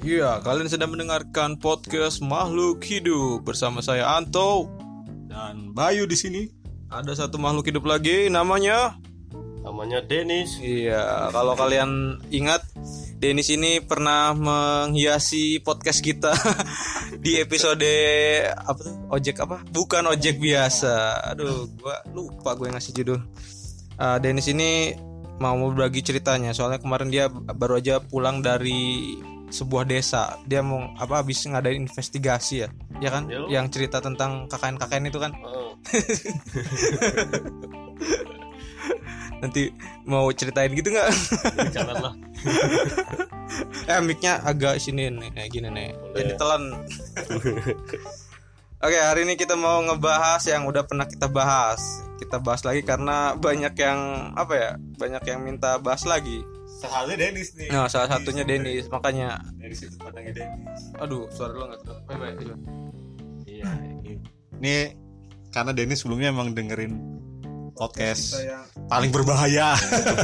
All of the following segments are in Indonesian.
Iya, kalian sedang mendengarkan podcast Makhluk Hidup bersama saya Anto dan Bayu di sini. Ada satu makhluk hidup lagi namanya Dennis. Iya, kalau kalian ingat Dennis ini pernah menghiasi podcast kita di episode apa tuh? Ojek apa? Bukan ojek biasa. Aduh, gua lupa gue ngasih judul. Dennis ini mau berbagi ceritanya. Soalnya kemarin dia baru aja pulang dari sebuah desa. Dia mau habis ngadain investigasi ya kan? Yo. Yang cerita tentang KKN itu kan. Nanti mau ceritain gitu nggak? Janganlah. Mic-nya agak sini nih, kayak gini nih. Boleh. Jadi telan. Oke, hari ini kita mau ngebahas yang udah pernah kita bahas. Kita bahas lagi karena banyak yang banyak yang minta bahas lagi. Salah Dennis nih. Nah, salah satunya Dennis, makanya. Dennis itu pandangnya Dennis. Aduh, suara lo nggak terlalu baik. Iya. Ini karena Dennis sebelumnya emang dengerin podcast paling berbahaya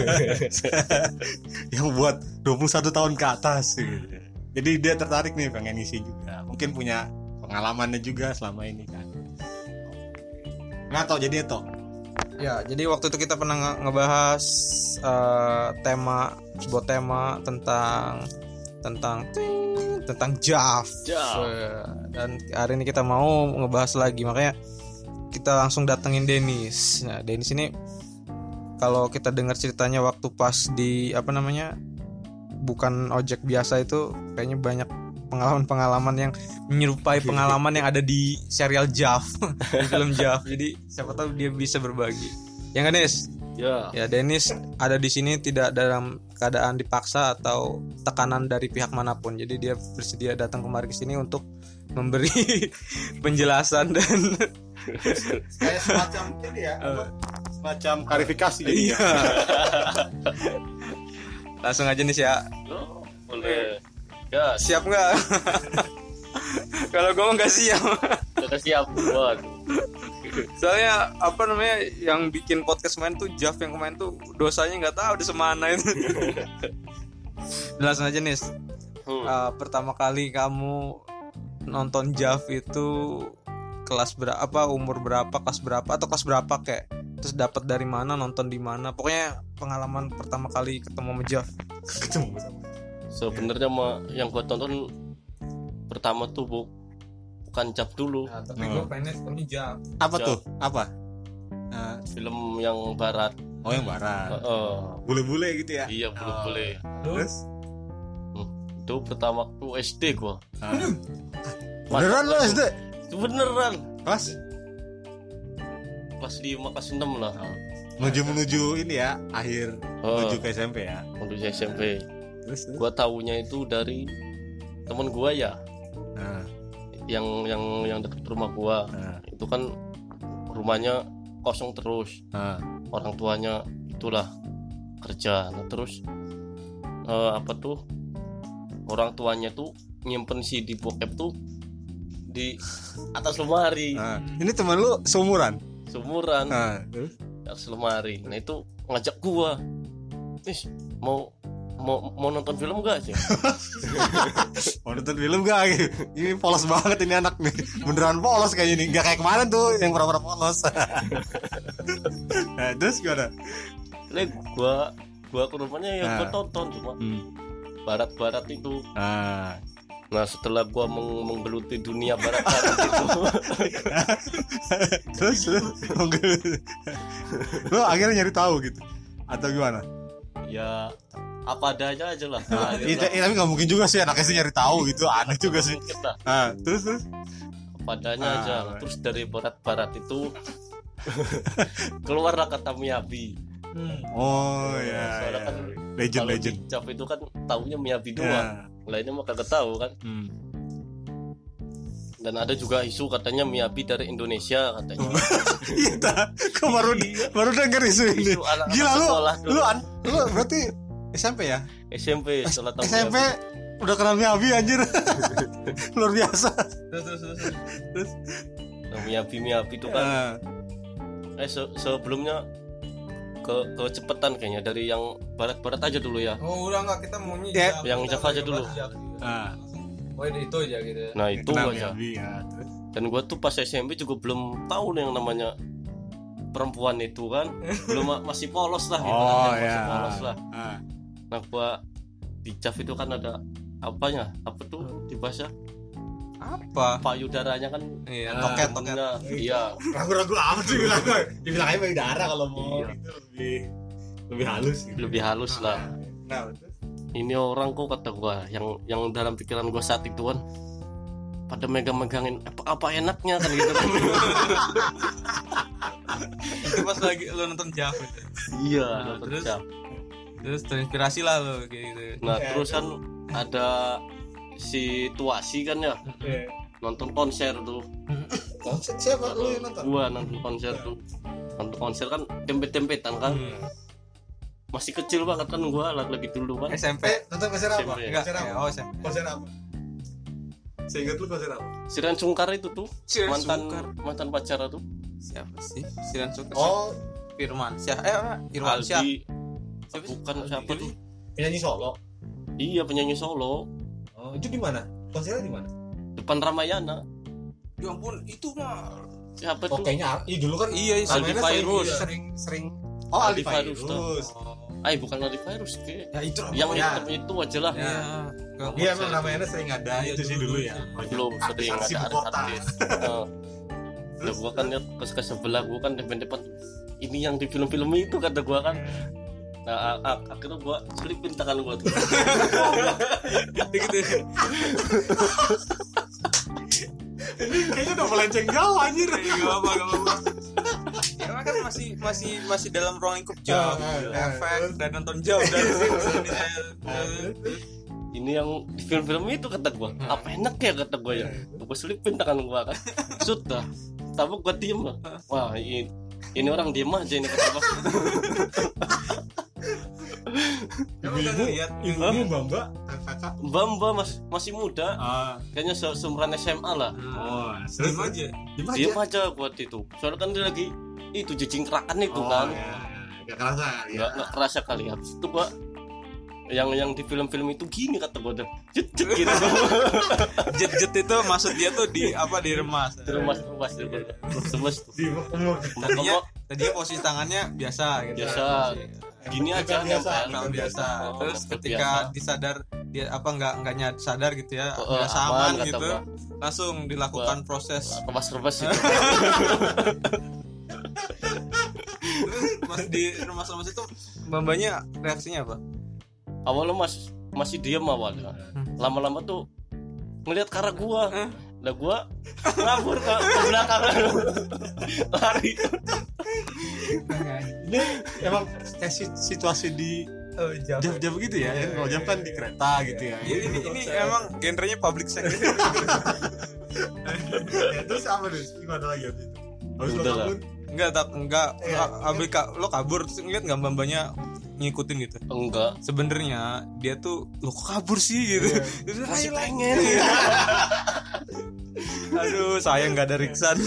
yang buat 21 tahun ke atas gitu. Jadi dia tertarik nih pengen ngisi juga. Mungkin punya pengalamannya juga selama ini kan. Nggak tau jadi itu. Ya, jadi waktu itu kita pernah ngebahas sebuah tema tentang Jav. Dan hari ini kita mau ngebahas lagi, makanya kita langsung datengin Dennis. Nah, Dennis ini kalau kita dengar ceritanya waktu pas di bukan ojek biasa itu, kayaknya banyak pengalaman-pengalaman yang menyerupai pengalaman yang ada di serial Jav, di film Jav. Jadi siapa tahu dia bisa berbagi. Ya nggak, Dennis? Ya, Dennis ada di sini tidak dalam keadaan dipaksa atau tekanan dari pihak manapun. Jadi dia bersedia datang kemari ke sini untuk memberi penjelasan dan Kayak semacam ini ya. Semacam klarifikasi jadi. iya. Langsung aja nih ya. Boleh. Ya, Siap nggak? Kalau gue nggak siap. sudah siap. Waduh. Soalnya yang bikin podcast kemarin tuh Jav yang kemarin tuh dosanya nggak tahu di semana itu. Langsung aja nih. Pertama kali kamu nonton Jav itu kelas berapa, umur berapa, kelas berapa atau kelas berapa kayak? Terus dapat dari mana, nonton di mana? Pokoknya pengalaman pertama kali ketemu sama Jav. Ketemu sama. Sebenarnya yang gua tonton pertama tuh bukan Jav dulu. Nah, tapi gue pengen ketemu Jav. Apa Jav. tuh? Apa? Film yang barat. Oh yang barat. Bule-bule gitu ya. Iya, boleh. Terus? Itu pertama waktu SD gua. Beneran lo SD? Itu beneran. Kelas? Kelas 5 kelas 6 lah. Menuju ini ya, akhir menuju ke SMP ya. Menuju SMP. Terus? Gua taunya itu dari temen gua ya. Nah, yang dekat rumah gua. nah, Itu kan rumahnya kosong terus. nah. Orang tuanya itulah kerja. Nah, terus orang tuanya tuh nyimpen CD bokep tuh di atas lemari. Nah. Ini teman lu seumuran? Sumuran Nah, terus? di atas lemari. Nah, itu ngajak gua. Nis, mau nonton film gak sih? Mau nonton film gak? Ini polos banget ini anak nih. Beneran polos kayaknya nih. Gak kayak kemarin tuh yang pura-pura polos. Nah, terus gimana? Nah, gua ke rumahnya yang Nah. gua tonton cuma barat-barat itu. Nah, setelah gua menggeluti dunia barat-barat itu, Terus lu akhirnya nyari tahu gitu atau gimana? ya apa adanya aja lah. Tapi nggak mungkin juga sih anaknya sih nyari tahu gitu, aneh juga sih. Mungkin lah, Terus apa adanya aja. Terus dari barat-barat itu keluarlah kata Miyabi. oh ya, Soalnya kan legend. kalau di Jav itu kan taunya Miyabi doang, lainnya mah kagak tahu kan. Dan ada juga isu katanya Miyabi dari Indonesia katanya. Iya tak? Kau baru denger isu ini. Isu anak-anak Gila sekolah dulu. lu berarti SMP ya? SMP setelah tahu SMP Miyabi. udah kenal Miyabi anjir. Luar biasa. Terus Nah, Miyabi itu kan sebelumnya kecepetan kayaknya dari yang barat-barat aja dulu ya. Oh, udah enggak, kita maunya Ya, Jav. yang Jav aja dulu. Nah, Oh itu aja gitu ya. Nah itu Kenal aja. Miyabi ya. Terus Dan gue tuh pas SMP juga belum tahu yang namanya perempuan itu kan, belum masih polos lah gitu Oh, kan, masih ya. polos lah. ah, Nah gue di JAV itu kan ada apanya, apa tuh di bahasa Apa? payudaranya kan. Iya, Ah, toket. Nah, iya. ragu-ragu amat sih bilang. Dibilang aja payudara kalau mau Iya. itu lebih halus gitu. Lebih halus lah. Nah, terus Ini orang kok kata gue, yang dalam pikiran gue saat itu kan pada megang-megangin apa enaknya kan gitu kan. Itu pas lagi lu nonton JAV itu. Iya. Nah, nonton terus? JAV. Terus terinspirasi lah lu kayak gitu. Nah terus kan ada situasi kan ya, nonton konser tuh. konser siapa lu yang nonton? Gua nonton konser tuh, nonton konser kan dempet-dempetan kan. Masih kecil banget kan gua lagi dulu kan. SMP. Nonton konser apa? SMP. Enggak. Konser apa? Oh, SMP. Konser apa? Saya ingat lu konser apa? Siran Sungkar itu tuh Siran mantan Sungkar. mantan pacar tuh. Siapa sih? Siran Sungkar. Oh, Firman Syah. Irwan Syah. Aldi. Siapa sih? Bukan Aldi siapa itu. tuh? penyanyi solo. Iya penyanyi Solo, Oh, itu di mana? Konsernya di mana? depan Ramayana. Ya ampun, itu mah. Siapa Oh, tuh? kayaknya dulu kan Iya, Aldi namanya Virus. sering Oh, Aldi Aldi Virus Virus. Bukan Aldi Virus kayak. Ya itu Yang ya. itu aja lah. Iya. Iya, emang namanya sering ada Iya, itu sih dulu ya. Belum sering Artis ada ibu kota. artis. Nah, gua kan lihat ke sebelah gua kan depan ini yang di film-film itu kata gua kan. Nah, akhirnya gua selipin tangan gua tuh. Gitu. Ini kayaknya udah melenceng jauh anjir. Enggak apa-apa. Ya kan masih dalam ruang lingkup jauh. Efek dan nonton jauh dari sini saya. Ini yang di film-film itu kata gua. Apa enak ya kata gua ya. Gua selipin tangan gua kan. Sudah. Tapi gua diem lah. Wah, ini orang diem aja ini kata gua. Ibu Mbak kakak. Mbak masih muda. Kayaknya seumuran SMA lah. Oh, Diem aja. Diem aja buat itu. Soalnya kan dia lagi itu jejingkrakan itu kan. Gak kerasa ya. Nggak kerasa kali. Habis itu gua yang di film-film itu gini kata gua deh. Jet gitu. Jet itu maksud dia tuh di apa di remas. Remas tuh. Di umur Tadinya posisi tangannya biasa gitu. Biasa. Gini aja biasa, nempel. biasa. Oh, Terus nempel ketika biasa. disadar dia apa nggak sadar gitu ya, Oh, nggak aman, aman kata gitu, gua. langsung dilakukan proses. Rebas itu. Terus pas di remas-remas itu mbak-mbaknya reaksinya apa? Awalnya masih diam awalnya. Lama-lama tuh ngelihat ke arah gua. Lah gua ngabur ke belakang. Lari. ini emang kayak situasi di jam-jam gitu ya. Kalau jam kan di kereta gitu ya. Ini emang genrenya public sex. Ya, terus apa terus? Gimana lagi habis itu? Habis lo Udah lah. kabur? Enggak. Iya. Lo kabur terus ngeliat nggak mbak-mbaknya ngikutin gitu. Enggak. Sebenarnya dia tuh lo kok kabur sih gitu. Terus, Masih "Ayo, pengen. aduh sayang nggak ada Riksan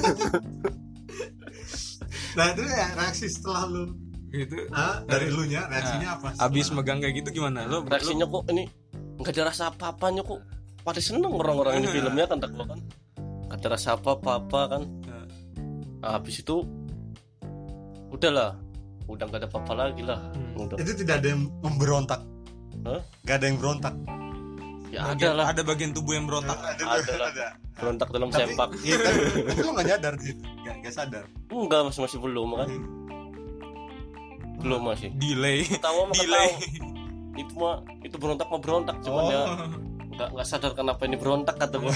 Nah, itu ya reaksi setelah lu gitu. dari lu nya reaksinya apa? Abis megang kayak gitu gimana? Lo Reaksinya kok ini enggak ada rasa apa-apanya kok. Pada seneng orang-orang di filmnya kan tak gua kan. Enggak ada rasa apa-apa kan. Nah, habis itu udahlah. Udah enggak ada apa-apa lagi lah. Udah. Itu tidak ada yang memberontak. Hah? Gak ada yang berontak. Ya ada lah. ada bagian tubuh yang berontak. Ada lah. Berontak dalam Tapi, sempak. iya kan, tapi lu gak nyadar gitu. Gak sadar. Enggak, masih belum kan. Belum masih. Delay. Ketawa mah Delay. ketawa. Itu berontak cuman ya enggak sadar kenapa ini berontak kata gua.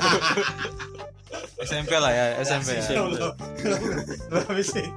SMP lah ya, SMP ya. Lu habis itu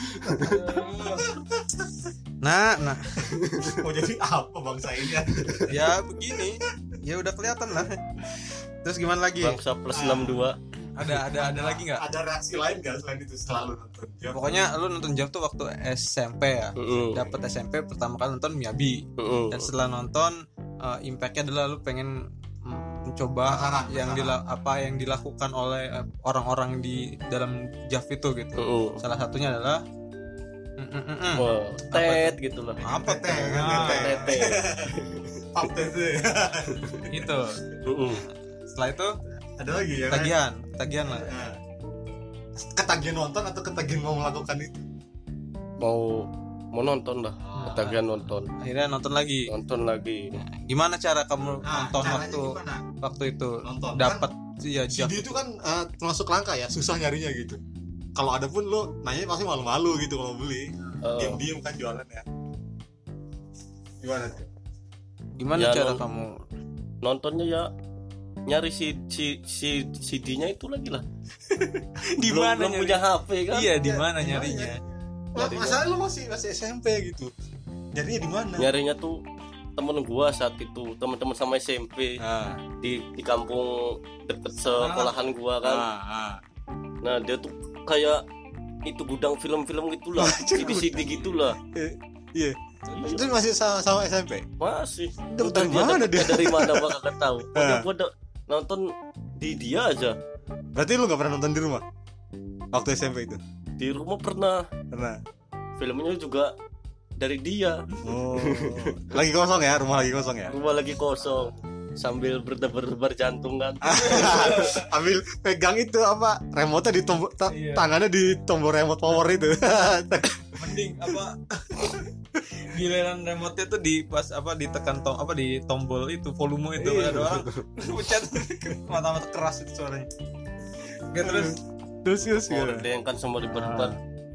Nah, mau jadi apa bangsa ini ya? ya begini. Ya udah kelihatan lah. Terus gimana lagi? Bangsa plus 62. Ada lagi nggak? Ada reaksi lain gak selain itu setelah lu nonton? Ya, pokoknya lu nonton Jav tuh waktu SMP ya. Dapat SMP pertama kali nonton Miyabi. Dan setelah nonton impact-nya adalah lu pengen mencoba yang dilakukan oleh orang-orang di dalam Jav itu gitu. Salah satunya adalah Tet gitu lah. apa teh? Tete. Pap itu. Itu. Setelah itu Ada lagi ya. Ketagihan lah. Nah. Ketagihan nonton atau ketagihan mau melakukan itu? Mau nonton lah, ketagihan nonton. Akhirnya nonton lagi. Gimana cara kamu nonton waktu itu? Nonton. Dapat ya CD itu kan termasuk langka ya, susah nyarinya gitu. Kalau ada pun lo nanya pasti malu-malu gitu kalau beli. Diam-diam kan jualan ya. Gimana tuh? Gimana Ya, cara kamu nontonnya ya nyari si CD-nya itu lagi lah. di Belum mana punya HP kan? Iya, di mana nyarinya? Masalah lo masih SMP gitu. Nyarinya di mana? Nyarinya tuh temen gua saat itu, teman-teman sama SMP di kampung deket sekolahan gua kan. Nah, dia tuh kayak itu gudang film-film gitulah, CD gitulah. Iya. Itu masih sama SMP? Masih. Dari Dia mana dapetnya dia? dari mana gua kagak tahu. Gua nonton di dia aja. Berarti lu gak pernah nonton di rumah? Waktu SMP itu? Di rumah pernah. Pernah. Filmnya juga dari dia. Oh. Lagi kosong ya? Rumah lagi kosong ya? Rumah lagi kosong sambil berdebar-debar jantung kan. Ambil pegang itu apa? Remote-nya di tombol tangannya di tombol remote power itu. Mending apa? Giliran remote-nya tuh ditekan di tombol itu volume itu ada orang pencet mata-mata keras itu suaranya. Oke, terus Orang dia yang kan sama berdebar.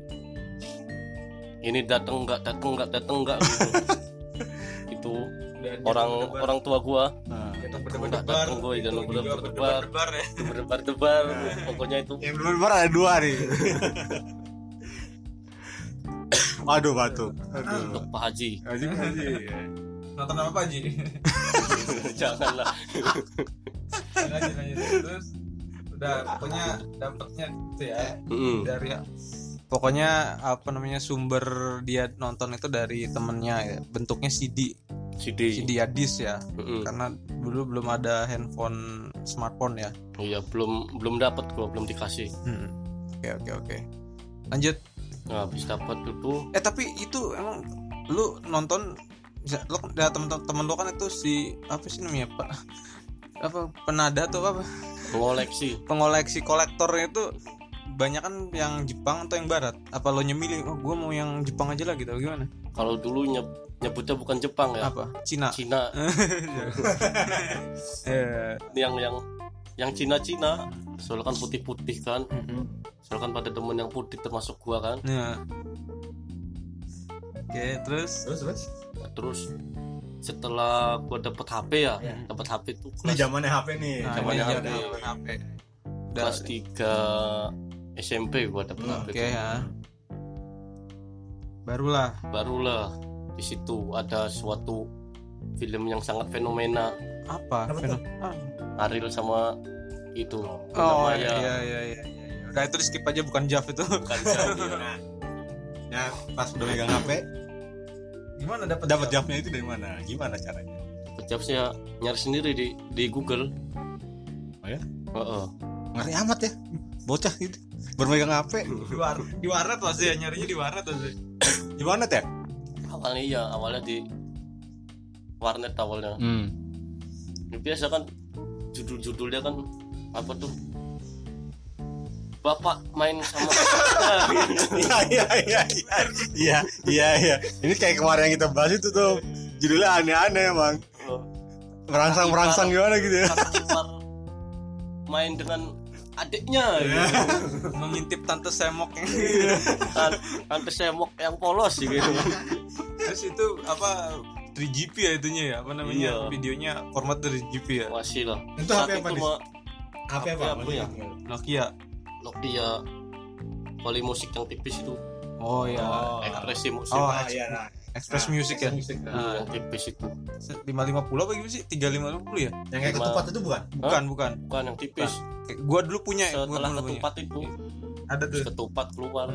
Ini datang enggak gitu. Itu orang tua gua. Berdebar. Pokoknya itu. Yang berdebar ada 2 nih. Aduh batuk. Untuk Pak Haji. Haji. nonton apa Pak Haji? Janganlah. lanjut. Terus udah pokoknya dapatnya itu ya dari pokoknya sumber dia nonton itu dari temennya ya. Bentuknya CD ya disk ya. Karena dulu belum ada handphone smartphone ya. Iya, belum dapat gua, belum dikasih. Oke. Lanjut. Nah, habis dapat itu. Tapi itu emang lu nonton lu temen lu kan itu si apa sih namanya Pak? Apa penada tuh apa? Pengoleksi kolektornya itu banyak kan yang Jepang atau yang Barat? Apa lo nyemilih? Gue mau yang Jepang aja lah gitu, gimana? Kalau dulu nyebutnya bukan Jepang ya. Apa? Cina. Yang Cina. Soalnya kan putih-putih kan. Soalnya kan pada temen yang putih termasuk gua kan. Ya. Oke, terus setelah gua dapet HP ya. Dapat HP tuh Ini zamannya HP nih. Zamannya HP. Kelas 3 SMP gua dapet HP. Oke ya. Barulah di situ ada suatu film yang sangat fenomena. Apa? Ariel sama itu. Iya. Udah itu di skip aja, bukan Jav itu. Bukan Jav. Ya, pas udah megang HP, Gimana dapat Javnya itu dari mana? Gimana caranya? Javnya nyari sendiri di Google. Oh ya? Ngeri amat ya. Bocah gitu. Bermegang HP. Di warnet pasti ya, nyarinya di warnet pasti. Di warnet ya? Awalnya di warnet awalnya. Biasa kan judul-judulnya kan apa tuh? Bapak main sama Iya. Ini kayak kemarin yang kita bahas itu tuh. Judulnya aneh-aneh emang. Merangsang gimana gitu ya. Main dengan adiknya gitu. Mengintip tante semok Tante semok yang polos gitu. Terus itu apa 3GP ya itunya ya, apa namanya? Videonya format 3GP ya. Masih lah. Itu HP apa nih? HP apa ya? Nokia Polymusik yang tipis itu. Oh ya. Ekspresi musik. Iya. Express Music ya. Yang tipis itu. 550 apa gimana sih? 3550 ya? Yang kayak ketupat itu bukan? Bukan. Bukan yang tipis. Gua dulu punya. Setelah ketupat itu ada tuh. Ketupat keluar.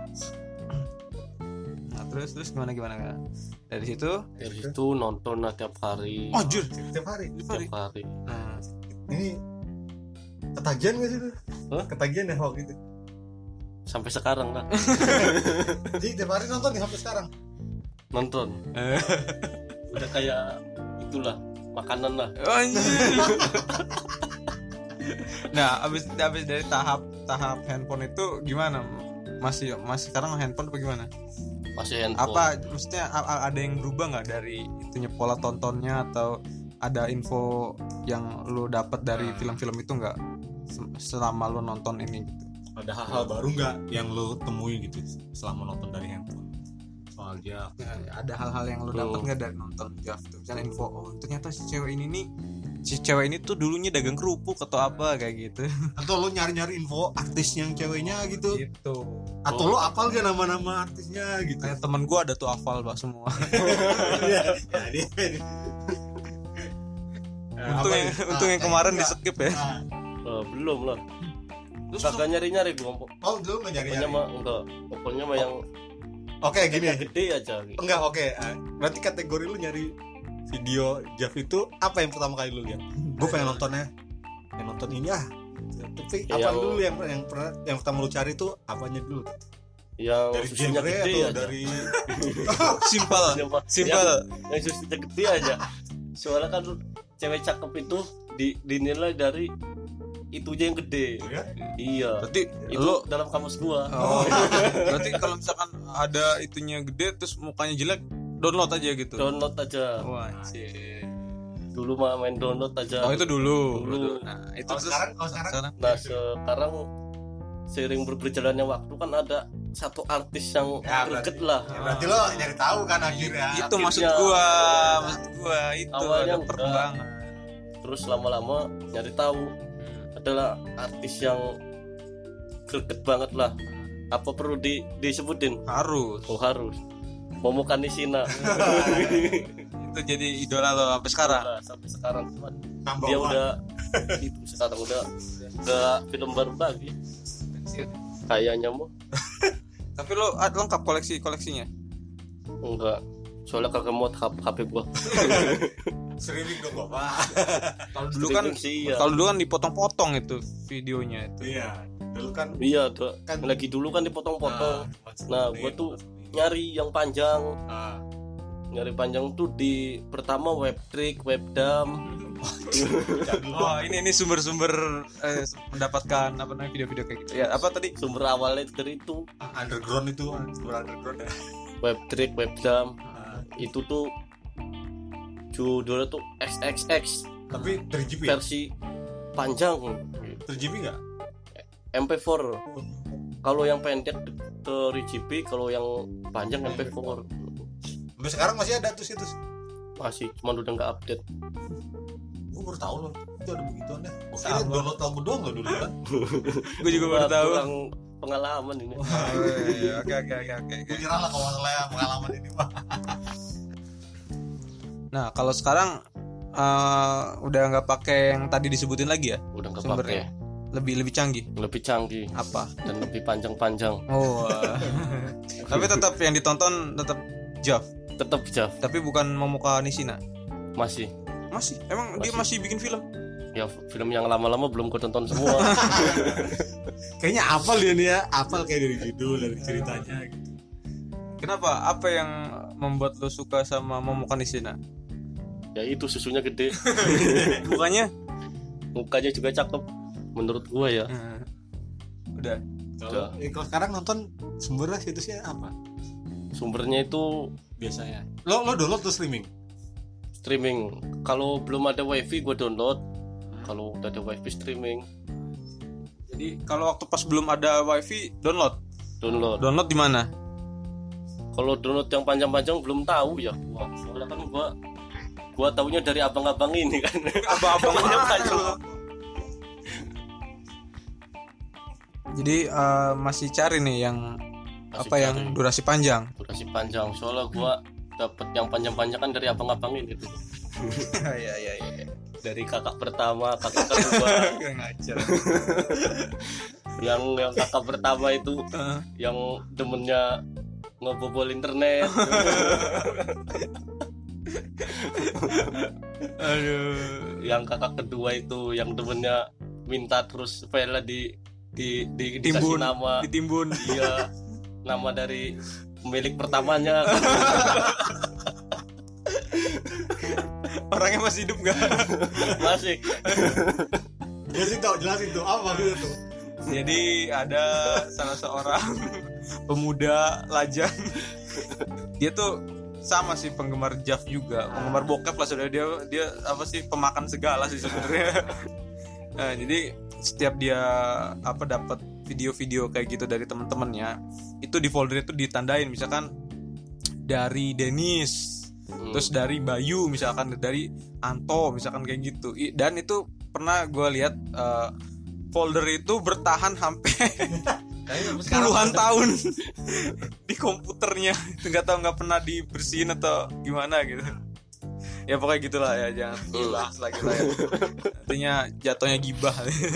Nah, terus gimana? Dari situ nonton tiap hari. Oh, jujur, Tiap hari. Nah, Ini ketagihan gak sih tuh? Ketagihan ya waktu itu. Sampai sekarang kan. Jadi tiap hari nonton nih sampai sekarang. Nonton. Udah kayak itulah makanan lah. Anjir. Nah, abis dari tahap handphone itu gimana? Masih sekarang handphone apa gimana? Masih handphone. Apa maksudnya ada yang berubah nggak dari itunya pola tontonnya atau ada info yang lu dapat dari film-film itu nggak selama lu nonton ini gitu? Ada hal-hal baru nggak yang lu temui gitu selama nonton dari handphone? Soal Jav. Ya, ada hal-hal yang lu dapat nggak dari nonton Jav tuh? Misalnya info, oh ternyata si cewek ini tuh dulunya dagang kerupuk atau apa kayak gitu. Atau lu nyari-nyari info artis yang ceweknya gitu. Gitu. Atau lu hafal gak nama-nama artisnya gitu. Kayak temen gua ada tuh hafal Pak semua. Untung yang kemarin di skip ya. Belum lah. Terus Kagak nyari-nyari gua. Oh, dulu nggak nyari-nyari. Pokoknya mah enggak. Pokoknya mah yang Oke, gini ya. gede aja gitu. Enggak, oke. Berarti kategori lu nyari video Jav itu apa yang pertama kali lu lihat? Gue pengen nontonnya. Pengen nonton ini ah. Tapi apa Yang- dulu yang pertama lu cari tuh apanya dulu? Yang Dari susunya genre gede atau aja. dari Simpel. Simpel. Yang susunya gede aja. Soalnya kan cewek cakep itu dinilai dari itunya yang gede. ya? Iya. Berarti Itu lu dalam kamus gua. oh, berarti kalau misalkan ada itunya gede terus mukanya jelek, download aja gitu. Download aja. Wah, anjir. Dulu mah main download aja. Oh, itu dulu. Dulu. Nah, itu Kalau terus sekarang Nah sekarang seiring berjalannya waktu kan ada satu artis yang Ya, greget lah. ya, berarti lo nyari tahu kan akhirnya. itu maksud gua itu Awalnya ada perkembangan. Terus lama-lama nyari tahu adalah artis yang greget banget lah. Apa perlu disebutin? Harus. Oh harus. Momokan Nishina. Itu jadi idola lo sampai sekarang. Nah, sampai sekarang cuman Number dia one. udah itu sekarang udah film baru lagi kayaknya mau Tapi lo lengkap koleksinya. enggak soalnya kagak mau HP gua. Streaming dong Bapak. Kalau dulu kan Streaming sih, iya. kalau dulu kan dipotong-potong itu videonya itu. Iya. Dulu kan Iya tuh Kan- lagi dulu kan dipotong-potong. Nah, gua tuh nyari yang panjang. Nyari panjang tuh di pertama webtrick, webdam. Oh, ini sumber-sumber mendapatkan apa namanya video-video kayak gitu. Ya, apa tadi? Sumber awalnya dari itu underground itu underground ya. webtrick, webdam. Itu tuh judulnya tuh XXX Tapi 3GB versi panjang 3GB enggak? MP4. Kalau yang pendek 3GB, kalau yang panjang MP4. Sampai sekarang masih ada tuh situs. Masih, cuman udah nggak update. Gue baru tahu loh. Itu ada begituan ya. Kira download lagu doang loh dulu kan. Gue juga baru tahu. Kurang pengalaman ini. Oke. Gue kira lah kalau masalah pengalaman ini Pak. Nah, kalau sekarang udah nggak pakai yang tadi disebutin lagi ya? Udah nggak Sumbernya. pakai. Lebih canggih. Lebih canggih Apa? dan lebih panjang-panjang. Oh. Tapi tetap yang ditonton tetap Jav. Tetap Jav Tapi bukan Momoka Nishina. masih. Masih. Emang dia masih bikin film? Ya film yang lama-lama belum gue tonton semua. Kayaknya hafal dia nih ya. Hafal kayak dari judul, dari ceritanya gitu. Kenapa? Apa yang membuat lo suka sama Momoka Nishina? Ya itu susunya gede, Bukannya? mukanya juga cakep menurut gue ya. Udah. Kalau sekarang nonton sumbernya situsnya apa? Sumbernya itu Biasanya. Lo download tuh streaming. streaming. Kalau belum ada wifi gue download. Kalau udah ada wifi streaming Jadi kalau waktu pas belum ada wifi download. download. Download di mana? Kalau download yang panjang-panjang belum tahu ya gua. Soalnya kan gua taunya dari abang-abang ini kan. Abang-abangnya panjang. Jadi masih cari nih yang Masih apa yang cari durasi panjang. durasi panjang. Soalnya gua dapet yang panjang-panjang kan dari abang-abang ini gitu. Iya. Dari kakak pertama, kakak kedua. Ngajar. yang kakak pertama itu yang demennya ngebobol internet. Aduh. Yang kakak kedua itu yang demennya minta terus file dikasih Ditimbun, nama. ditimbun. Iya, nama dari pemilik pertamanya. Orangnya masih hidup nggak? Masih. Jelasin tuh apa gitu tuh. Jadi ada salah seorang pemuda lajang. Dia tuh sama sih penggemar Jav juga, penggemar bokep lah sudah dia apa sih pemakan segala sih sebenarnya. Nah, jadi setiap dia apa dapat video-video kayak gitu dari teman-temannya, itu di folder itu ditandain misalkan dari Denis, terus dari Bayu misalkan, dari Anto misalkan kayak gitu. Dan itu pernah gue lihat folder itu bertahan sampai puluhan tahun di komputernya. Itu nggak pernah dibersihin atau gimana gitu. Ya pokoknya gitulah ya, jangan dibahas lagi lah ya. Artinya jatuhnya gibah.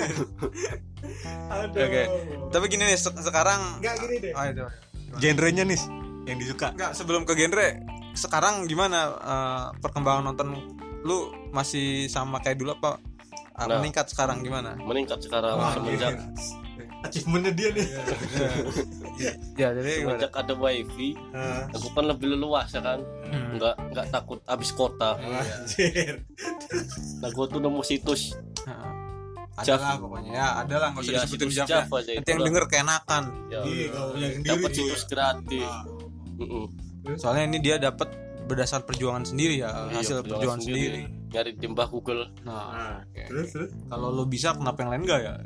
Oke. Tapi gini nih sekarang Enggak gini deh. itu. Genrenya nih yang disuka. Enggak, sebelum ke genre, sekarang gimana perkembangan nonton lu, masih sama kayak dulu apa meningkat sekarang gimana? Meningkat sekarang semenjak Achievementnya dia nih. Ya, jadi semenjak ada wifi, aku kan lebih leluasa kan, nggak takut habis kota. Anjir. Nah, gue tuh nemu situs ada lah pokoknya ya, ada lah nggak usah Iya, disebutin situs Jav Jav ya. aja Nanti itu yang lah. denger keenakan. Ya, Iya, kalau punya sendiri dapat cuy. situs gratis. Soalnya ini dia dapat berdasar perjuangan sendiri ya, Iya, hasil perjuangan sendiri. Nyari di mbah Google. Nah, oke. Terus Kalau lu bisa, kenapa yang lain enggak ya?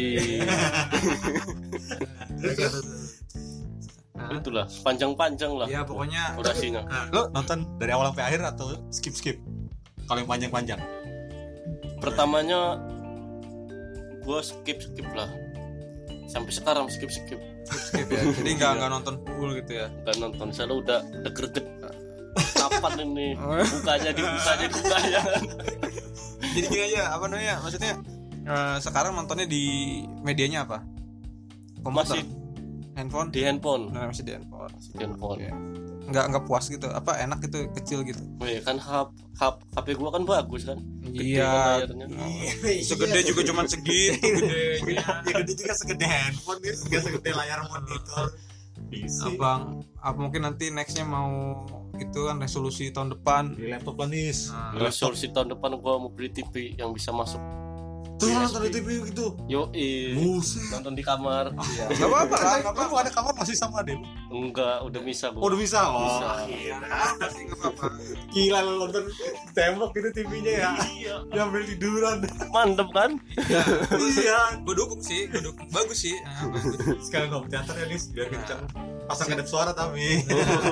Itulah panjang-panjang lah Ya pokoknya durasinya. lo nonton dari awal sampai akhir atau skip? Kalau yang panjang-panjang. Pertamanya gua skip lah. Sampai sekarang skip. skip ya. Jadi nggak nonton full gitu ya. Nggak nonton, selalu udah deg-deget. Kapan ini dibukanya. Jadi gini aja, apa namanya? Maksudnya sekarang nontonnya di medianya apa? Komputer, Masih handphone? di handphone. Nah, masih di handphone. Di handphone. Oke. Nggak puas gitu? Apa enak gitu, kecil gitu? Kan HP gua kan bagus kan. Gede Iya. kan layarnya. Segede juga cuman segitu gedenya. Ya gede juga segede handphone gitu, nggak segede layar monitor. Bisa. Abang, apa mungkin nanti nextnya mau itu kan resolusi tahun depan. Di laptop lah nih. Resolusi tahun depan gua mau beli TV yang bisa masuk. Tuh nonton di TV gitu. Buset. Nonton di kamar. Iya. Gak apa-apa lah. Kamu ada kamar masih sama adek lu? Enggak, udah bisa Oh, gua. udah bisa. Bisa. Masih nggak apa-apa. Gila lo nonton tembok gitu TV-nya ya. Iya. Diambil tiduran. Mantep kan? Iya. Gue dukung sih, bagus sih. Bagus. Sekalian home teater ya nih, biar kencang. Pasang kedap suara tapi.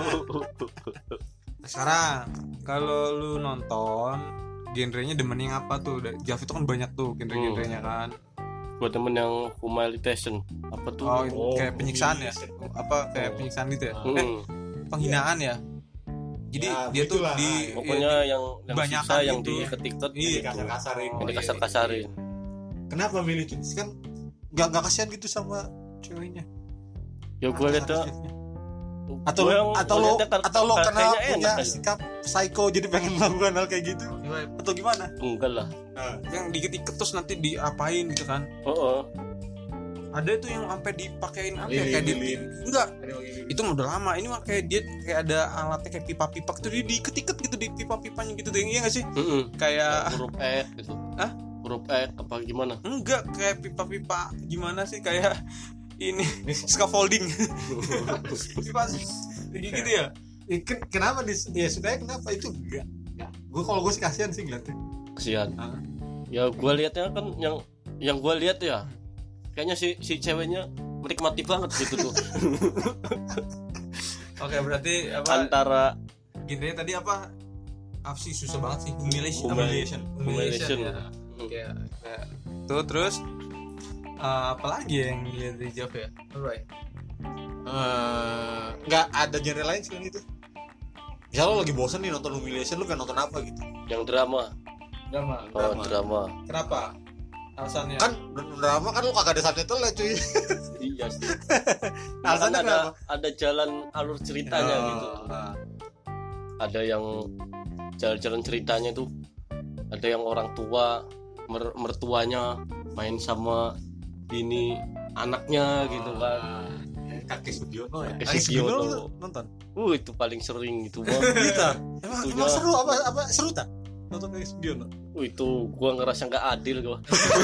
Sekarang kalau lu nonton genrenya demen yang apa tuh? Jav itu kan banyak tuh genre-genrenya kan. Buat temen yang humiliation apa tuh? Oh, kayak penyiksaan ya? Apa kayak penyiksaan gitu ya? Penghinaan ya. Jadi Ya, dia tuh begitulah. Pokoknya yang banyakan susah, yang gitu. diketik-ketik, Iya. Kasar-kasarin. yang dikasar-kasarin. Kenapa milih jenis kan nggak kasihan gitu sama ceweknya? Ya gue liat tuh, Atau Gua yang lo ngeliatnya kan karena kayaknya punya enak aja. sikap psycho jadi pengen melakukan hal kayak gitu atau gimana? enggak lah. Yang dikit-dikit terus nanti diapain gitu kan? Oh, Ada itu yang sampai dipakein apa ya? Lilin, Kayak di lilin. enggak. Itu udah lama. Ini mah kayak dia kayak ada alatnya kayak pipa-pipa gitu, dia diiket-iket gitu di pipa-pipanya gitu tuh. Iya enggak sih? Kayak huruf E gitu. Hah? Huruf E apa gimana? enggak, kayak pipa-pipa gimana sih, kayak ini scaffolding. Pipa kayak gitu ya. Kenapa ya sukanya kenapa itu enggak? Gue kalau gue sih kasihan sih ngeliatnya. Kesian. Ya gue liatnya kan yang gue lihat ya, kayaknya si ceweknya menikmati banget gitu tuh. Oke, berarti apa? Antara Genrenya tadi apa? Apa sih, susah banget sih. Humiliation. Humiliation. Ya. Oke. Tuh terus apalagi yang dilihat dari Jav ya? Alright. Nggak ada genre lain selain itu. Misal lo lagi bosan nih nonton Humiliation, lo pengen nonton apa gitu? yang drama. Drama. Oh, drama. Kenapa? Alasannya? Kan drama kan lo kagak ada subtitle cuy. Iya sih. Alasannya Kan kenapa? ada jalan alur ceritanya gitu. Ada yang jalan-jalan ceritanya tuh, ada yang orang tua mertuanya main sama ini anaknya gitu kan. Kakek Sugiono ya. Kakek Sugiono. lo nonton? Itu paling sering itu mah. Gitu. Emang Itunya. seru apa seru tak? nonton kayak spion. Itu gua ngerasa nggak adil gua.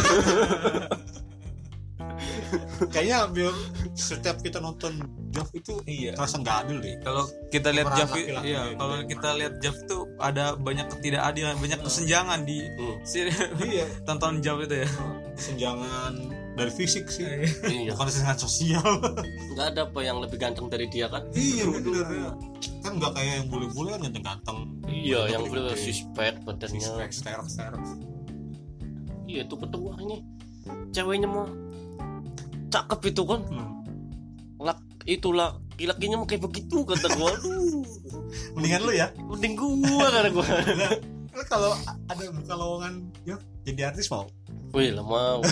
Kayaknya hampir setiap kita nonton Jav itu Iya. terasa nggak adil deh. Kalau kita lihat Pemeran Jav, laki-laki iya, gitu kalau ya. kita lihat Jav itu ada banyak ketidakadilan, banyak kesenjangan di Iya. tonton Jav itu ya. Senjangan dari fisik sih, Iya. bukan senjangan sosial. Nggak ada apa yang lebih ganteng dari dia kan? Iya bener. Kan nggak kayak yang bule-bule kan ganteng-ganteng. Iya, yang Gede-gede. beli suspek badannya. Six-pack, sterek. Iya, itu kedua ini ceweknya mah cakep itu kan. Itulah laki-lakinya mau kayak begitu kata gua. Aduh, Mendingan lu ya. mending gua kata gua. Lu kalau ada buka lowongan ya jadi artis mau. Wih, lama.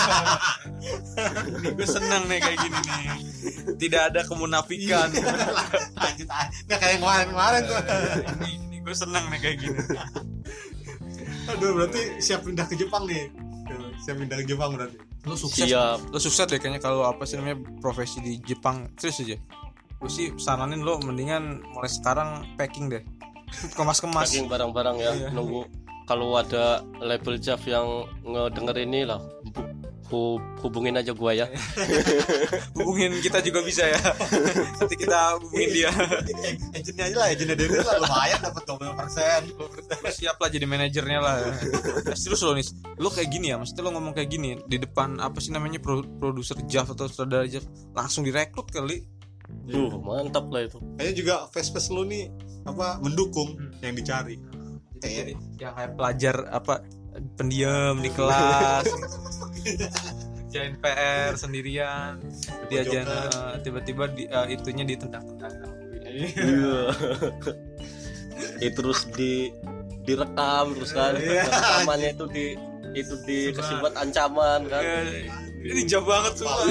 Gue senang nih kayak gini nih. Tidak ada kemunafikan. Lanjut aja. Nggak kayak kemarin tuh. Ini gue senang nih kayak gini. Aduh, berarti siap pindah ke Jepang nih. Siap pindah ke Jepang berarti. Lu sukses. Siap. Lu sukses deh kayaknya kalau apa sih namanya profesi di Jepang. Serius aja. Gue sih saranin lo mendingan mulai sekarang packing deh. Kemas-kemas. Packing barang-barang ya, Iya. nunggu kalau ada label Jav yang ngedenger ini lah, hubungin aja gua ya. Hubungin kita juga bisa ya. Nanti kita hubungin dia. Agentnya aja lah, agentnya dia lah lumayan dapat 20%. Siap lah jadi manajernya lah. Terus lo nih, lo kayak gini ya, maksudnya lo ngomong kayak gini di depan apa sih namanya produser Jav atau sutradara Jav langsung direkrut kali. Mantap lah itu. Kayaknya juga face lu nih apa mendukung yang dicari. Jadi yang kayak pelajar apa pendiam di kelas, kerjain PR sendirian, dia aja tiba-tiba itunya ditendang-tendang. Iya. Itu terus direkam terus kan. Iya. Rekamannya itu dikasih buat ancaman kan. Ini jauh banget semua.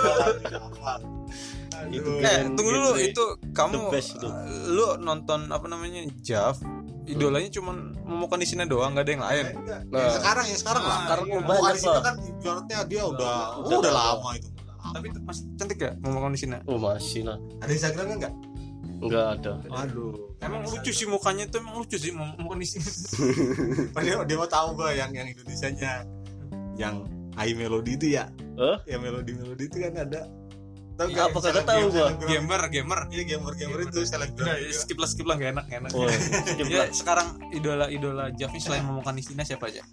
Itu Tunggu dulu, itu kamu the best itu. lu nonton apa namanya Jav, idolanya cuman memukan di sini doang, nggak ada yang lain. Yang sekarang lah. Sekarang Iya. banyak, Bukan di sini Pak. kan ibaratnya dia udah Udah lama itu. Tapi itu masih cantik ya memukan di sini. Oh, masih lah. Ada Instagramnya enggak? Enggak ada. Aduh. Emang lucu sih mukanya tuh, emang lucu sih memukan di sini. Dia mau tahu gua yang Indonesianya. Yang Ai Melody itu ya. Hah? Ya melodi itu kan ada. Tahu Ya, apa kagak tahu gua. gamer. Iya gamer itu selebgram. Udah, skip lah nggak enak. Oh, Ya, sekarang idola Jav ini selain memukan di sini siapa aja?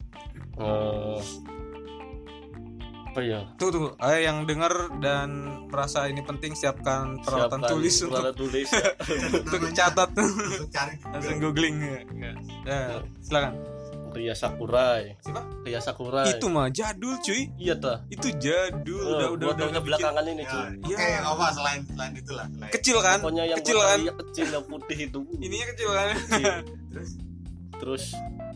apa ya? Tuh, ayo yang denger dan merasa ini penting, siapkan peralatan Siapkan tulis peralatan tulis ya. untuk catat, Untuk cari langsung googling ya. Ya, silakan. Ria Sakurai. Siapa? Ria Sakurai. Itu mah jadul cuy. Iya tah. Itu jadul, Gua taunya bikin- belakangan ini Ya, cuy. Iya. Oke, apa selain itulah. Kecil kan? Pokoknya yang Kecil gua kan? tahu ya kecil yang putih itu. Ininya kecil kan? Kecil. Terus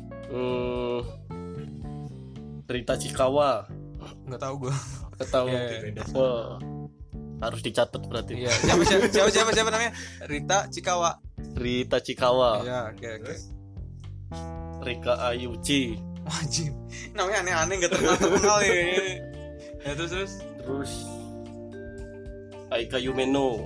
Rita Cikawa. Enggak tahu gua. Ketahu. Iya. Wah, harus dicatat berarti. Iya. Siapa namanya? Rita Cikawa. Rita Cikawa. Iya, oke. Rika Ayuci. Wajib. Namanya aneh-aneh enggak terkenal ya. Ya terus. Terus Aika Yumeno.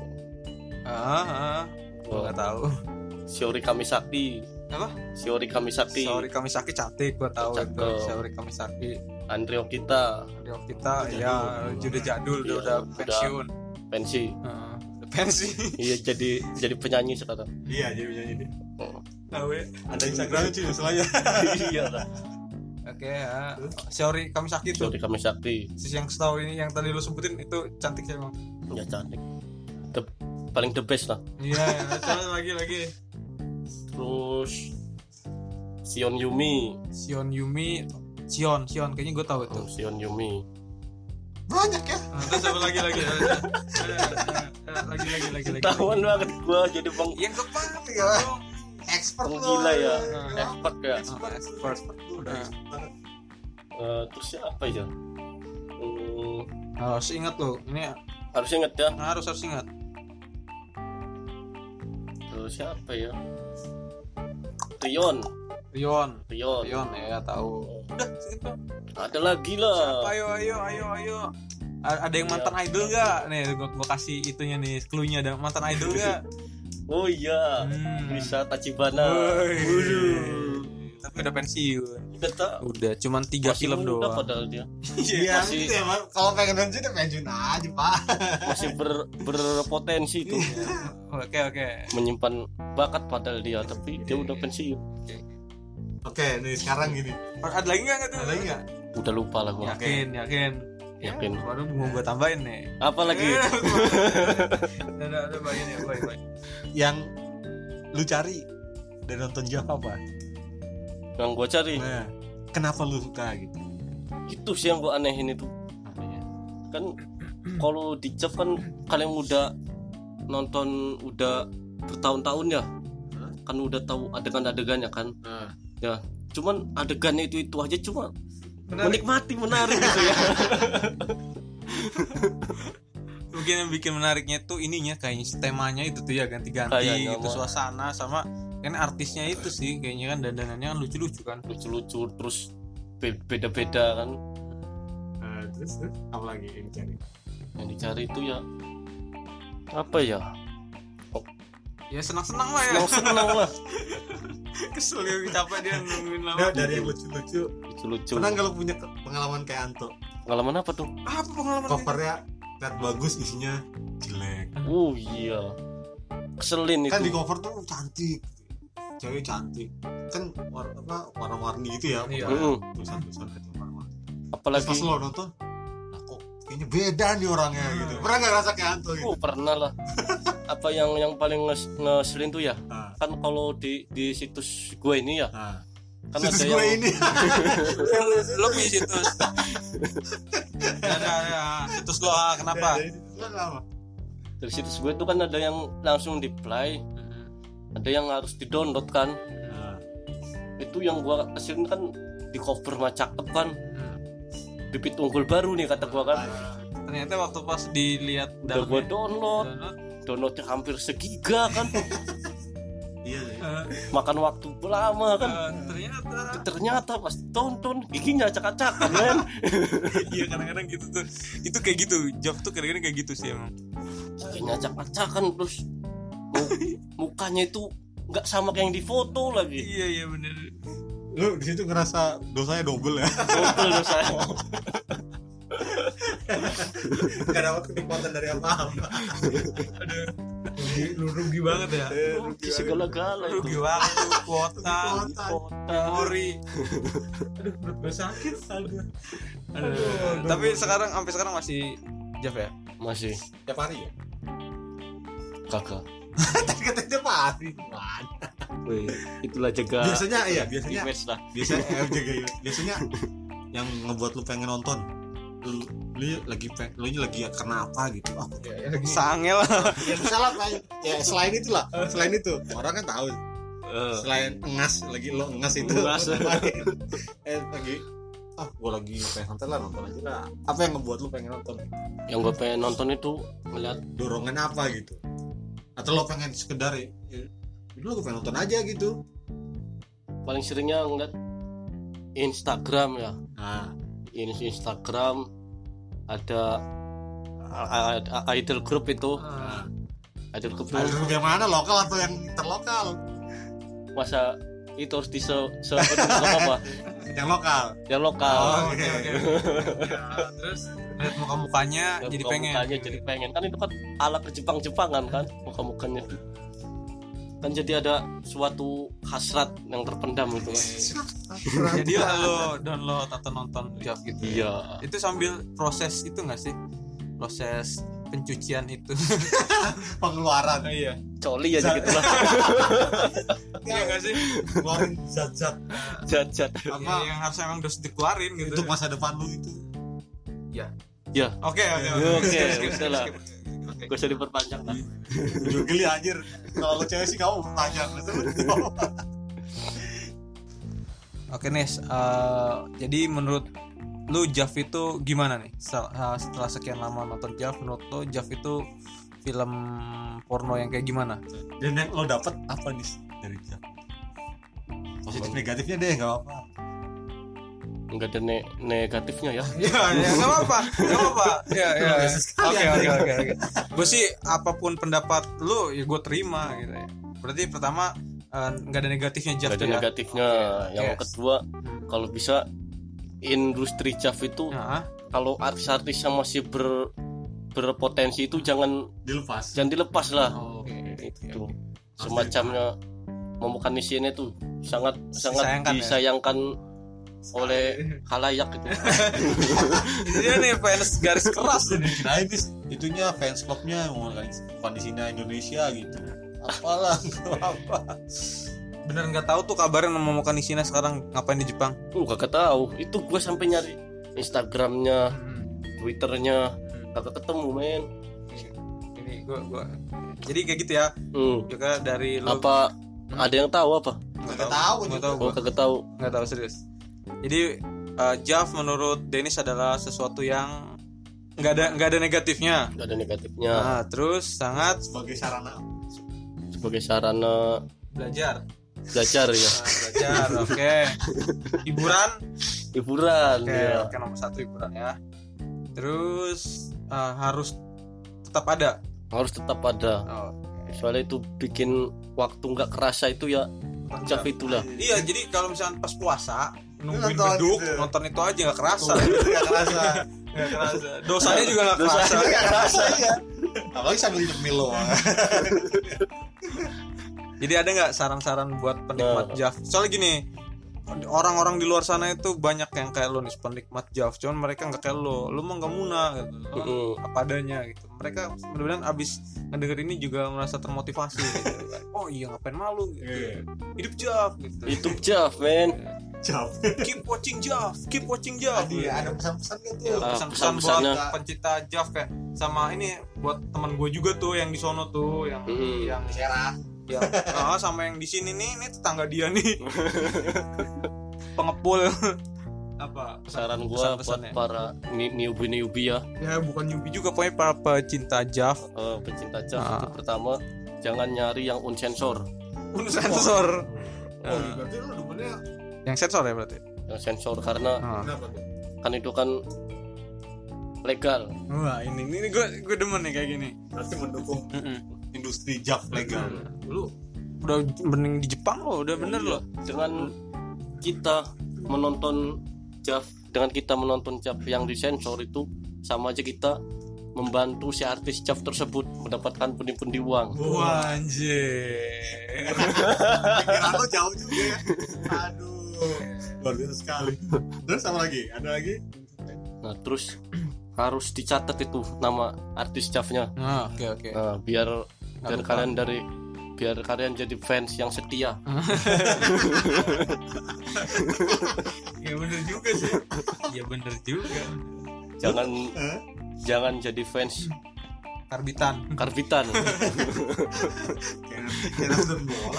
Gua enggak tahu. Shiori Kamisaki. Apa? Shiori Kamisaki. Saori Kamisaki cantik, gua tahu Cakep. itu. Saori Kamisaki. Andre Okita. Dia kita ya udah jadul, dia Iya, udah udah. pensiun. Pensi. Udah pensi. Iya, jadi penyanyi sekarang. Iya, jadi. Tahu ya. Ada Instagramnya cuy masalahnya. Iya lah. Oke ya. Saori Kamisaki tuh. Shiori Kamisaki. Sis yang setahu ini yang tadi lu sebutin itu cantik sih emang. Ya cantik. Paling the best lah. Iya, coba lagi. Terus Sion Yumi. Sion Yumi, Sion kayaknya gue tahu itu. Sion Yumi. Banyak ya. Terus apa lagi. Lagi. Tahuan banget gua jadi bang Yang keempat Ya. Expert gila ya. Nah. Expert ya. expert. Udah expert banget. Terus siapa ya? Harus ingat lo, ini Harus inget ya. harus ingat. Terus siapa ya? Rion. Rion ya tahu. Udah segitu. Ada lagi lah. Ayo. Ada yang mantan idol nggak? Nih, gua kasih itunya nih, clue-nya, ada mantan idol nggak? Oh iya. Bisa Tachibana. Woi. udah pensiun. Udah cuman 3 film doang. Padahal dia Iya, masih- gitu ya, Pak. Kalau pengen pensiun ya pensiun aja, Pak. masih berpotensi itu Oke. menyimpan bakat padahal dia, tapi dia udah pensiun. Oke, nih sekarang gini. Ada lagi enggak tuh? Ada lagi enggak? Udah lupa lah gua. Yakin. Yakin. Baru mau gua tambahin nih. Apa lagi? Ada bagian ya, baik. Yang lu cari dari nonton Jav apa? Yang gua cari Nah, kenapa lu suka gitu? itu sih yang gua anehin itu. Apanya? Kan kalau di Jav kan kalian udah nonton udah bertahun-tahun ya, kan udah tahu adegan-adegannya kan. Ya, cuman adegannya itu aja cuma menikmati, menarik gitu ya. Mungkin yang bikin menariknya tuh ininya kayaknya temanya itu tuh ya ganti-ganti Kayaknya, gitu suasana sama kan artisnya itu sih kayaknya kan dandanannya kan lucu-lucu kan. Lucu-lucu terus beda-beda kan. Terus apa lagi yang dicari? Yang dicari itu ya apa ya? Ya senang-senang lah ya. Senang lah. Kesel ya capek dia nungguin lama. Nah, dari yang lucu-lucu. Lucu-lucu. Pernah nggak lu punya pengalaman kayak Anto? Pengalaman apa tuh? Apa pengalaman? Covernya lihat bagus, isinya jelek. Oh iya. Keselin Kan di itu. cover tuh cantik, cewek cantik. Kan warna-warni gitu ya. Iya. Tulisan-tulisan gitu warna-warni. Terus Apalagi pas lo nonton, lah kok kayaknya beda nih orangnya gitu. Pernah nggak ngerasa kayak Anto gitu? pernah lah. Apa yang paling ngeselin tuh ya? Ah. Kan kalau di situs gue ini ya, Nah, kan situs ada gue yang ini. Lo punya situs. Ya, situs lo kenapa? Dari situs lo kenapa? dari situs gue itu kan ada yang langsung di play, ada yang harus di download kan. Nah, Itu yang gua keselin kan di cover mah cakep kan, bibit unggul baru nih kata gua kan. Ternyata waktu pas dilihat Udah gua dalamnya, downloadnya hampir segiga kan, iya. makan waktu lama kan. Ternyata pas tonton giginya acak-acakan men. Iya kadang-kadang gitu tuh. Itu kayak gitu. Job tuh kadang-kadang kayak gitu sih emang. Giginya acak-acakan terus mukanya itu nggak sama kayak yang di foto lagi. Iya bener. Lu di situ ngerasa dosanya double ya? Double dosa. Gak dapat kenikmatan dari apa-apa. Lu rugi banget ya. Rugi segala-gala Rugi itu. waktu, kuota, Kota. memori. Aduh, perut gue sakit. Aduh. Tapi sampai sekarang masih Jav ya? Masih Tiap hari ya? kagak. Tadi katanya tiap hari. Wih, itulah jaga Biasanya image lah. biasanya yang ngebuat lu pengen nonton. Lu lagi karena apa gitu? Ah, Lagi sangel lah. ya misalnya kayak ya selain itu orang kan tahu selain lagi itu Engas. lagi gue lagi pengen nonton aja lah. Apa yang ngebuat lu pengen nonton? Yang gue pengen nonton itu ngeliat Dorongan apa gitu? Atau lo pengen sekedar ya lu pengen nonton aja gitu? paling seringnya ngeliat Instagram ya. Nah, Instagram ada idol group itu. Idol group ada itu yang mana, lokal atau yang interlokal? masa itu harus apa? Yang lokal. Yang lokal. Oke. Terus lihat muka-mukanya jadi pengen. Muka-mukanya jadi pengen kan itu kan ala ke Jepang-Jepangan kan muka-mukanya. Kan jadi ada suatu hasrat yang terpendam itu kan. Jadi lo download atau nonton Jav gitu. Iya. Itu sambil proses itu nggak sih? Proses pencucian itu. Pengeluaran. Iya. Coli aja gitu lah. Iya nggak sih? Keluarin zat-zat Jat-jat. Apa yang harus emang harus dikeluarin gitu. untuk masa depan lu itu. Ya. Oke. Udah lah. Gak usah diperpanjang lah. Ujung geli anjir. Kalau lu cewek sih kamu bertanya. Oke Nes, jadi menurut lu Jav itu gimana nih? Setelah sekian lama nonton Jav, menurut lu Jav itu film porno yang kayak gimana? Dan yang lo dapet apa nih dari Jav? Positif negatifnya deh, nggak apa-apa. Enggak ada negatifnya ya. Ya nggak apa-apa. Ya. Oke. Gue sih apapun pendapat lu ya gue terima gitu ya. Berarti pertama nggak ada negatifnya Jav Gak ada tuh ya. negatifnya. Yang Yes. kedua, kalau bisa industri Jav itu Nah, kalau artis-artis yang masih berpotensi itu jangan Dilepas. dilepas lah. oke. Itu semacamnya Momokan Nishine itu sangat Disayangkan ya? disayangkan oleh halayak gitu. Ini dia nih fans garis keras ini. Nah ini itunya fans clubnya kondisinya Indonesia gitu. Apalah apa? Bener nggak tahu tuh kabarnya Momokan Nishina sekarang ngapain di Jepang. Kagak tahu. Itu gue sampai nyari Instagramnya, Twitternya, kagak ketemu men. Ini gua. Jadi kayak gitu ya. Juga dari lu Apa ada yang tahu apa? Nggak tahu Nggak juga. tahu Oh, kagak tahu. nggak tahu serius. Jadi Jav menurut Dennis adalah sesuatu yang nggak ada negatifnya. Gak ada negatifnya. Nah, terus sangat Sebagai sarana. Sebagai sarana belajar. belajar ya. Belajar, oke. Hiburan, Hiburan oke, ya. oke nomor 1 hiburan ya. Terus harus tetap ada. Harus tetap ada. Oh, Soalnya itu bikin waktu nggak kerasa itu ya. Jav itulah. iya, jadi kalau misalnya pas puasa nungguin Nonton beduk, gitu. nonton itu aja nggak kerasa. Nggak kerasa. Nggak kerasa. Dosanya juga nggak kerasa. Nggak kerasa ya. Apalagi sambil nyemil loh. Jadi ada nggak saran-saran buat penikmat Jav? Soalnya gini, orang-orang di luar sana itu banyak yang kayak lo nih penikmat Jav, cuman mereka nggak kayak lo mah nggak muna gitu, lo apa adanya gitu. Mereka mudah-mudahan abis ngedenger ini juga merasa termotivasi gitu. Oh iya ngapain malu gitu. Hidup Jav gitu. YouTube Jav men. Jam. Keep watching Jav, keep watching Jav. Iya, ada pesan-pesan gitu. Ya, pesan-pesan buat pesan-pesannya. pencinta Jav kayak sama ini buat teman gue juga tuh yang di sono tuh yang Serah. yang sama yang di sini nih, ini tetangga dia nih. Pengepul. Apa Saran gua buat pesan-pesannya? para newbie ya, Ya bukan newbie juga, pokoknya para pecinta Jav. pecinta Jav itu pertama jangan nyari yang unsensor. Sensor. Oh, berarti lu demennya Yang sensor ya berarti. Yang sensor karena kenapa tuh? kan itu kan legal. Wah ini gue demen nih kayak gini. Berarti mendukung industri Jav legal. Lu udah mending di Jepang loh, udah bener loh. Dengan kita menonton Jav, dengan kita menonton Jav yang disensor itu sama aja kita membantu si artis Jav tersebut mendapatkan pundi-pundi uang. Wah anjir. Pikiran lo jauh juga ya. Aduh, luar biasa sekali. Terus apa lagi? Ada lagi? Nah terus harus dicatat itu nama artis Javnya. Oke. Nah, biar lupa. kalian jadi fans yang setia. Ya bener juga sih. Ya bener juga. Jangan jadi fans Karbitan. karbitan. Kayak nonton bola.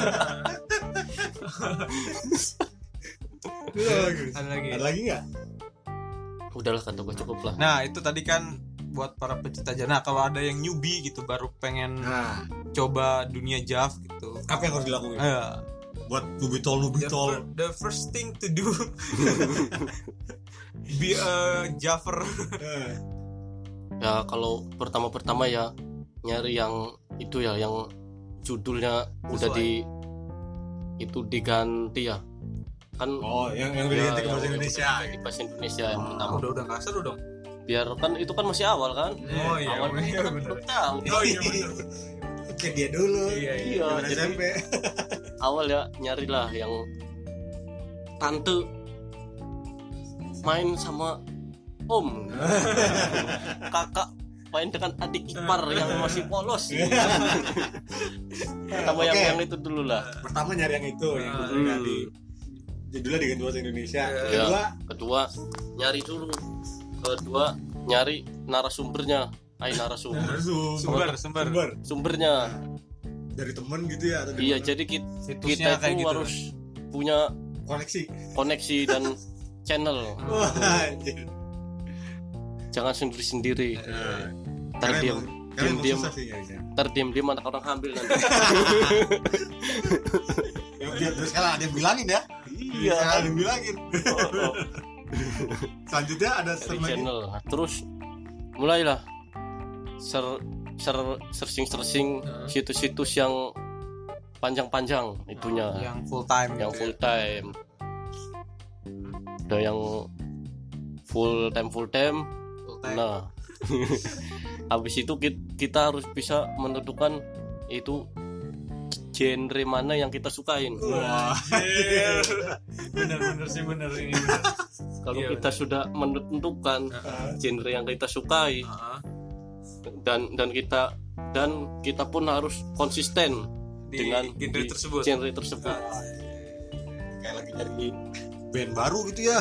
Ada lagi. Ada lagi nggak? Udahlah kata gue cukup lah. Nah itu tadi kan buat para pecinta Jav. Nah kalau ada yang newbie gitu baru pengen Nah, coba dunia Jav gitu. apa yang harus dilakukan? Buat nubitol. The first thing to do be a Javer. Ya kalau pertama ya nyari yang itu ya yang judulnya udah diganti ya kan. Oh, yang diganti ke bahasa yang Indonesia. di bahasa Indonesia yang pertama. Udah nggak seru dong. Biar kan itu kan masih awal kan. Oh iya, Awal iya, kita kan bener. belum tahu. Oh iya bener. Kayak dia dulu. Iya. Zaman jadi SMP. awal ya nyarilah yang tante main sama om, kakak main dengan adik ipar yang masih polos. Pertama Oke. yang itu dulu lah. Pertama nyari yang itu yang diganti. Judulnya diganti bahasa Indonesia. Ya. Kedua nyari dulu. Kedua nyari narasumbernya. Sumbernya Dari temen gitu ya atau dari iya mana? jadi Situsnya kita kayak itu gitu. harus punya koneksi dan channel. Wah, anjir. Jangan sendiri Karena terdiam emang diam susah sih nyarinya. terdiam anak orang hamil nanti. Ya, terus kalau ada yang bilangin ya. Iya. Ada yang bilangin. Oh. Selanjutnya ada Dari step lagi. channel. Nah, terus mulailah searching situs-situs yang panjang-panjang itunya. Yang full time Yang gitu full time. Ada yang full time. Full time. Nah, habis itu kita harus bisa menentukan itu genre mana yang kita sukain. Wah. Bener sih bener ini. Kalau Iya, kita sudah menentukan genre yang kita sukai, dan kita pun harus konsisten Di dengan genre tersebut. genre tersebut. Kayak lagi nyari band baru gitu ya.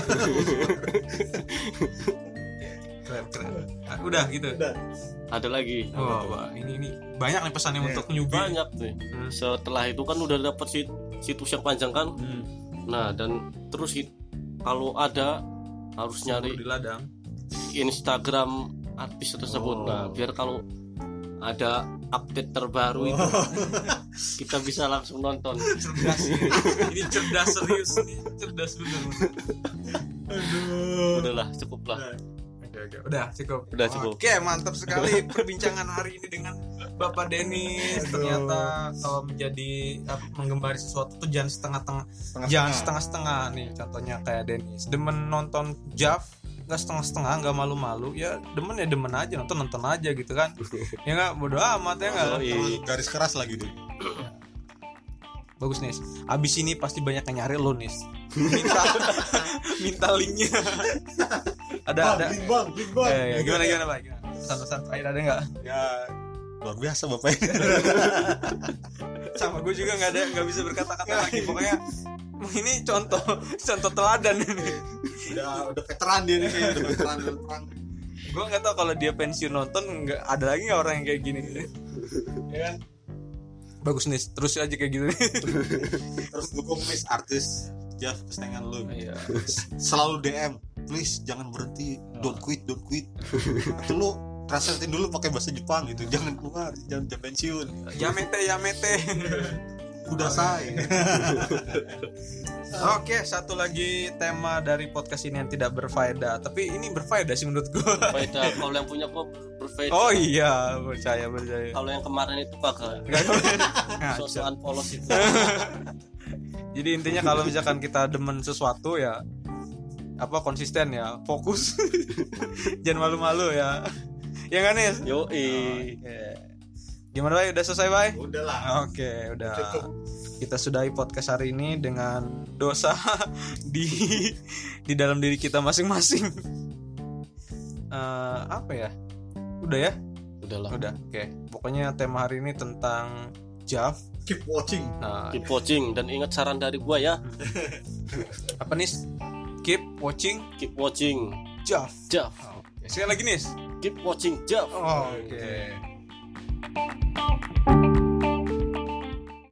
Keren. Nah, udah gitu. Ada lagi. Wah, ini banyak nih pesannya untuk newbie. Banyak tuh. Setelah itu kan udah dapet situs yang panjang kan. Nah, dan terus kalau ada harus nyari di ladang. Instagram artis tersebut. Nah, biar kalau ada update terbaru itu kita bisa langsung nonton. Cerdas ini cerdas serius nih, cerdas bener. Aduh. Udahlah, cukup lah. Udah cukup. Oke, mantap sekali perbincangan hari ini dengan Bapak Denis. Ternyata kalau menjadi menggembari sesuatu tuh jangan setengah-setengah nih. Contohnya kayak Denis demen nonton Jav, nggak setengah-setengah, nggak malu-malu, ya demen aja, nonton aja gitu kan. Ya nggak, bodo amat ya nggak. Garis keras lagi tuh. Bagus Nis. Abis ini pasti banyak yang nyari lo Nis. Minta linknya. ada. Bang. Gimana Pak? Pesan-pesan terakhir ada nggak? Ya luar biasa Bapak ini. Sama gue juga nggak bisa berkata-kata lagi. Pokoknya ini contoh teladan ini. Udah veteran dia nih, udah veteran perang. Gue nggak tahu kalau dia pensiun nonton nggak ada lagi nggak orang yang kayak gini. Ya kan? Bagus nih, terus aja kayak gitu. Terus dukung Miss artis Jav kesayangan lu. Iya. Selalu DM, please jangan berhenti, don't quit. Itu lu translatein dulu pakai bahasa Jepang gitu, jangan keluar, jangan pensiun. Yamete. Udah say. Oke, satu lagi tema dari podcast ini yang tidak berfaedah, tapi ini berfaedah sih menurut gue. Faedah, kalau yang punya kok berfaedah. Oh iya, percaya. Kalau yang kemarin itu kagak. Sosokan polos itu. Jadi intinya kalau misalkan kita demen sesuatu ya konsisten ya, fokus. Jangan malu-malu ya. Ya kan Nis? Yoi. Gimana Bay? Udah selesai Bay? Udah lah. Oke, udah. Kita sudahi podcast hari ini dengan dosa di dalam diri kita masing-masing. Apa ya? Udah ya? Udahlah. Udah. Oke. Pokoknya tema hari ini tentang Jav. Keep watching. Nah, Keep watching dan ingat saran dari gua ya. apa Nis? Keep watching Keep watching Jav. Jav. Sekali lagi Nis. Keep watching Jav. Oke.